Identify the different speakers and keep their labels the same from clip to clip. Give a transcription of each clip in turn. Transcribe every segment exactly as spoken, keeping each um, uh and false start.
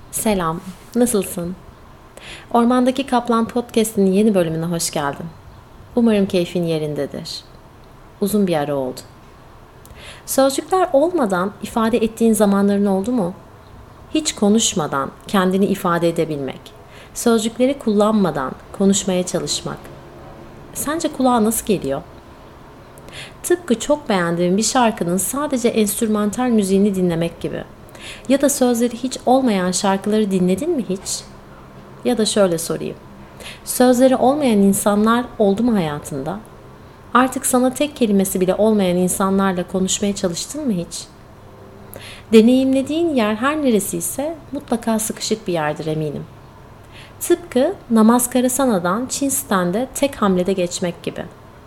Speaker 1: Selam, nasılsın? Ormandaki Kaplan Podcast'inin yeni bölümüne hoş geldin. Umarım keyfin yerindedir. Uzun bir ara oldu. Sözcükler olmadan ifade ettiğin zamanların oldu mu? Hiç konuşmadan kendini ifade edebilmek, sözcükleri kullanmadan konuşmaya çalışmak. Sence kulağa nasıl geliyor? Tıpkı çok beğendiğin bir şarkının sadece enstrümantal müziğini dinlemek gibi. Ya da sözleri hiç olmayan şarkıları dinledin mi hiç? Ya da şöyle sorayım. Sözleri olmayan insanlar oldu mu hayatında? Artık sana tek kelimesi bile olmayan insanlarla konuşmaya çalıştın mı hiç? Deneyimlediğin yer her neresiyse mutlaka sıkışık bir yerdir eminim. Tıpkı Namaskarasanadan Çin Stand'e tek hamlede geçmek gibi.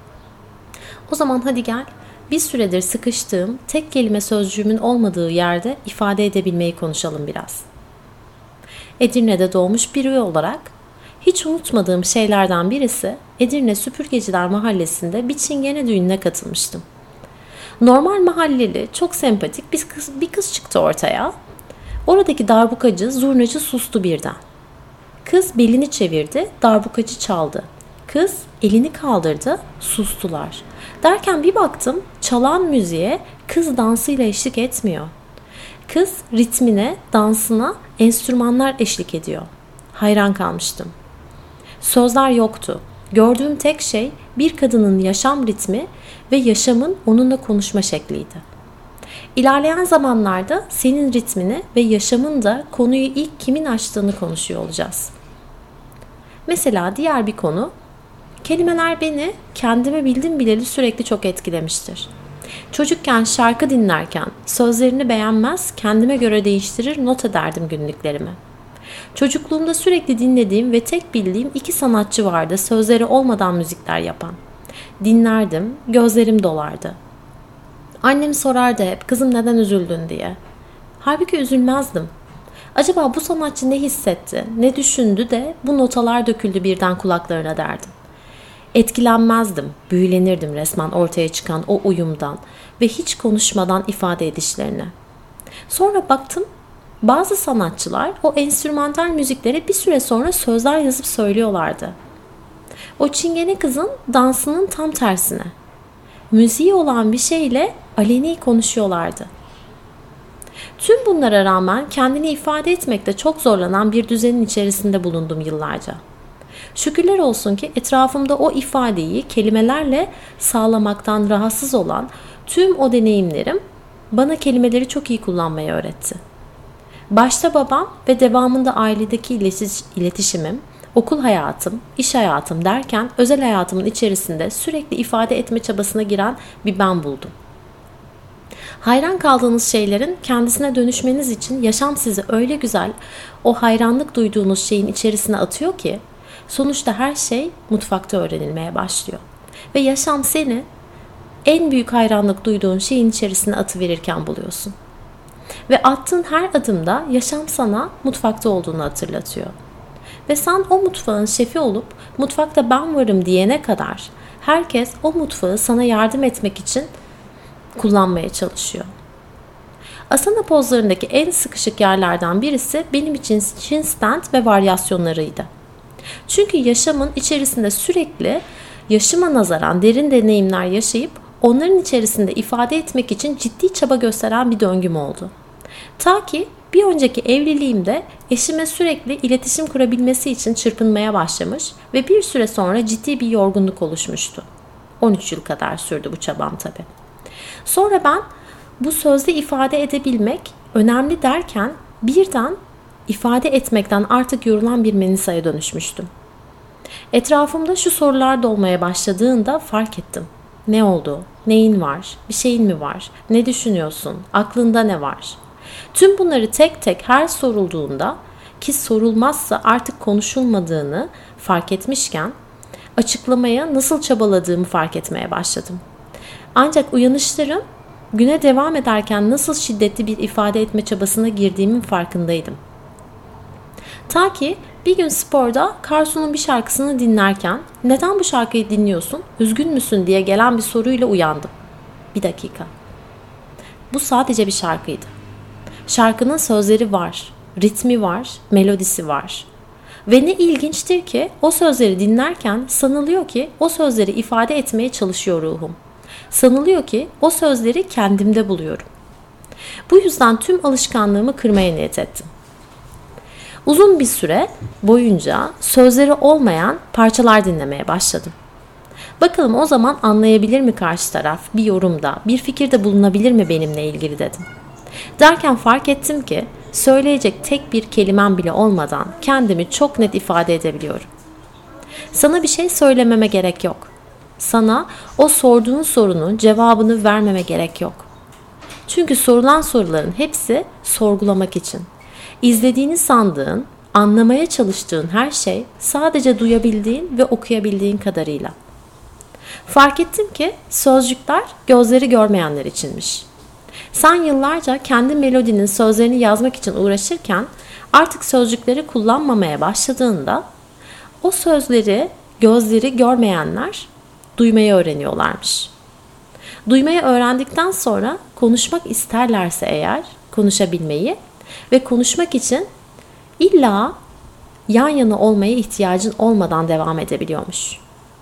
Speaker 1: O zaman hadi gel, bir süredir sıkıştığım tek kelime sözcüğümün olmadığı yerde ifade edebilmeyi konuşalım biraz. Edirne'de doğmuş biri olarak hiç unutmadığım şeylerden birisi Edirne Süpürgeciler Mahallesi'nde bir çingene düğününe katılmıştım. Normal mahalleli, çok sempatik bir kız, bir kız çıktı ortaya. Oradaki darbukacı, zurnacı sustu birden. Kız belini çevirdi, darbukacı çaldı. Kız elini kaldırdı, sustular. Derken bir baktım, çalan müziğe kız dansıyla eşlik etmiyor. Kız ritmine, dansına enstrümanlar eşlik ediyor. Hayran kalmıştım. Sözler yoktu. Gördüğüm tek şey bir kadının yaşam ritmi ve yaşamın onunla konuşma şekliydi. İlerleyen zamanlarda senin ritmini ve yaşamın da konuyu ilk kimin açtığını konuşuyor olacağız. Mesela diğer bir konu, kelimeler beni kendimi bildim bileli sürekli çok etkilemiştir. Çocukken şarkı dinlerken sözlerini beğenmez, kendime göre değiştirir, not ederdim günlüklerimi. Çocukluğumda sürekli dinlediğim ve tek bildiğim iki sanatçı vardı sözleri olmadan müzikler yapan. Dinlerdim, gözlerim dolardı. Annem sorardı hep, kızım neden üzüldün diye. Halbuki üzülmezdim. Acaba bu sanatçı ne hissetti, ne düşündü de bu notalar döküldü birden kulaklarına derdim. Etkilenmezdim, büyülenirdim resmen ortaya çıkan o uyumdan ve hiç konuşmadan ifade edişlerine. Sonra baktım, bazı sanatçılar o enstrümantal müziklere bir süre sonra sözler yazıp söylüyorlardı. O çingene kızın dansının tam tersine. Müziği olan bir şeyle aleni konuşuyorlardı. Tüm bunlara rağmen kendini ifade etmekte çok zorlanan bir düzenin içerisinde bulundum yıllarca. Şükürler olsun ki etrafımda o ifadeyi kelimelerle sağlamaktan rahatsız olan tüm o deneyimlerim bana kelimeleri çok iyi kullanmayı öğretti. Başta babam ve devamında ailedeki iletişimim, okul hayatım, iş hayatım derken özel hayatımın içerisinde sürekli ifade etme çabasına giren bir ben buldum. Hayran kaldığınız şeylerin kendisine dönüşmeniz için yaşam sizi öyle güzel, o hayranlık duyduğunuz şeyin içerisine atıyor ki, sonuçta her şey mutfakta öğrenilmeye başlıyor. Ve yaşam seni en büyük hayranlık duyduğun şeyin içerisine atıverirken buluyorsun. Ve attığın her adımda yaşam sana mutfakta olduğunu hatırlatıyor. Ve sen o mutfağın şefi olup mutfakta ben varım diyene kadar herkes o mutfağı sana yardım etmek için kullanmaya çalışıyor. Asana pozlarındaki en sıkışık yerlerden birisi benim için chin stand ve varyasyonlarıydı. Çünkü yaşamın içerisinde sürekli yaşıma nazaran derin deneyimler yaşayıp onların içerisinde ifade etmek için ciddi çaba gösteren bir döngüm oldu. Ta ki bir önceki evliliğimde eşime sürekli iletişim kurabilmesi için çırpınmaya başlamış ve bir süre sonra ciddi bir yorgunluk oluşmuştu. on üç yıl kadar sürdü bu çabam tabii. Sonra ben bu sözde ifade edebilmek önemli derken birden ifade etmekten artık yorulan bir Melisa'ya dönüşmüştüm. Etrafımda şu sorular dolmaya başladığında fark ettim. Ne oldu? Neyin var? Bir şeyin mi var? Ne düşünüyorsun? Aklında ne var? Tüm bunları tek tek her sorulduğunda, ki sorulmazsa artık konuşulmadığını fark etmişken açıklamaya nasıl çabaladığımı fark etmeye başladım. Ancak uyanışlarım güne devam ederken nasıl şiddetli bir ifade etme çabasına girdiğimin farkındaydım. Ta ki bir gün sporda Karsu'nun bir şarkısını dinlerken neden bu şarkıyı dinliyorsun, üzgün müsün diye gelen bir soruyla uyandım. Bir dakika. Bu sadece bir şarkıydı. Şarkının sözleri var ritmi var, melodisi var. Ve ne ilginçtir ki o sözleri dinlerken sanılıyor ki o sözleri ifade etmeye çalışıyor ruhum. Sanılıyor ki o sözleri kendimde buluyorum. Bu yüzden tüm alışkanlığımı kırmaya niyet ettim. Uzun bir süre boyunca sözleri olmayan parçalar dinlemeye başladım. Bakalım o zaman anlayabilir mi karşı taraf, bir yorumda, bir fikirde bulunabilir mi benimle ilgili dedim. Derken fark ettim ki söyleyecek tek bir kelimem bile olmadan kendimi çok net ifade edebiliyorum. Sana bir şey söylememe gerek yok. Sana o sorduğun sorunun cevabını vermeme gerek yok. Çünkü sorulan soruların hepsi sorgulamak için. İzlediğini sandığın, anlamaya çalıştığın her şey sadece duyabildiğin ve okuyabildiğin kadarıyla. Fark ettim ki sözcükler gözleri görmeyenler içinmiş. Sen yıllarca kendi melodinin sözlerini yazmak için uğraşırken artık sözcükleri kullanmamaya başladığında o sözleri gözleri görmeyenler duymayı öğreniyorlarmış. Duymayı öğrendikten sonra konuşmak isterlerse eğer konuşabilmeyi ve konuşmak için illa yan yana olmaya ihtiyacın olmadan devam edebiliyormuş.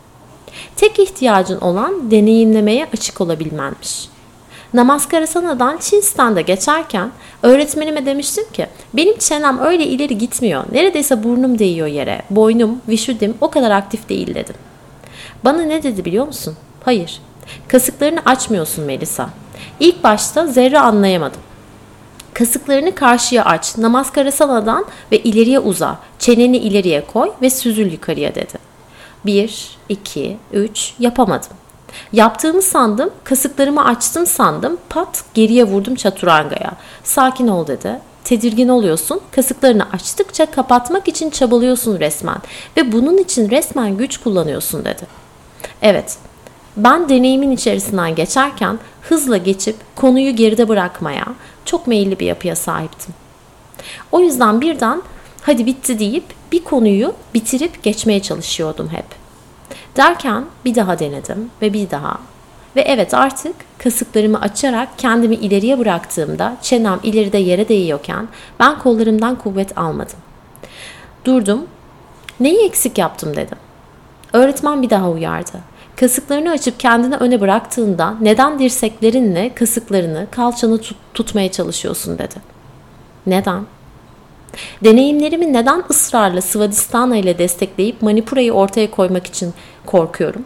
Speaker 1: Tek ihtiyacın olan deneyimlemeye açık olabilmenmiş. Namaskarasanadan Çin Stand'a geçerken öğretmenime demiştim ki benim çenem öyle ileri gitmiyor. Neredeyse burnum değiyor yere. Boynum, vişüdim o kadar aktif değil dedim. Bana ne dedi biliyor musun? Hayır. Kasıklarını açmıyorsun Melisa. İlk başta zerre anlayamadım. Kasıklarını karşıya aç, Namaskarasana'dan ve ileriye uza, çeneni ileriye koy ve süzül yukarıya dedi. Bir, iki, üç yapamadım. Yaptığımı sandım, kasıklarımı açtım sandım, pat geriye vurdum çaturangaya. Sakin ol dedi. Tedirgin oluyorsun, kasıklarını açtıkça kapatmak için çabalıyorsun resmen ve bunun için resmen güç kullanıyorsun dedi. Evet, ben deneyimin içerisinden geçerken hızla geçip konuyu geride bırakmaya çok meyilli bir yapıya sahiptim. O yüzden birden hadi bitti deyip bir konuyu bitirip geçmeye çalışıyordum hep. Derken bir daha denedim ve bir daha. Ve evet artık kasıklarımı açarak kendimi ileriye bıraktığımda çenem ileride yere değiyorken ben kollarımdan kuvvet almadım. Durdum. Neyi eksik yaptım dedim. Öğretmen bir daha uyardı. Kasıklarını açıp kendini öne bıraktığında neden dirseklerinle kasıklarını, kalçanı tut- tutmaya çalışıyorsun dedi. Neden? Deneyimlerimi neden ısrarla Svadhisthana ile destekleyip Manipura'yı ortaya koymak için korkuyorum?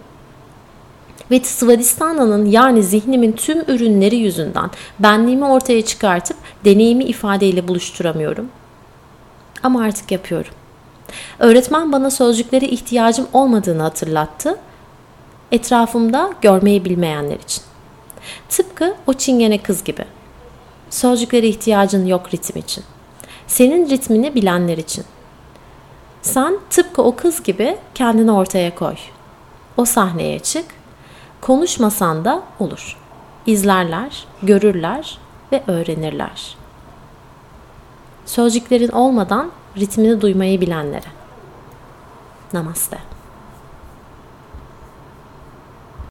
Speaker 1: Ve Svadhisthana'nın yani zihnimin tüm ürünleri yüzünden benliğimi ortaya çıkartıp deneyimi ifadeyle buluşturamıyorum. Ama artık yapıyorum. Öğretmen bana sözcüklere ihtiyacım olmadığını hatırlattı. Etrafımda görmeyi bilmeyenler için. Tıpkı o çingene kız gibi. Sözcüklere ihtiyacın yok ritim için. Senin ritmini bilenler için. Sen tıpkı o kız gibi kendini ortaya koy. O sahneye çık. Konuşmasan da olur. İzlerler, görürler ve öğrenirler. Sözcüklerin olmadan ritmini duymayı bilenlere. Namaste.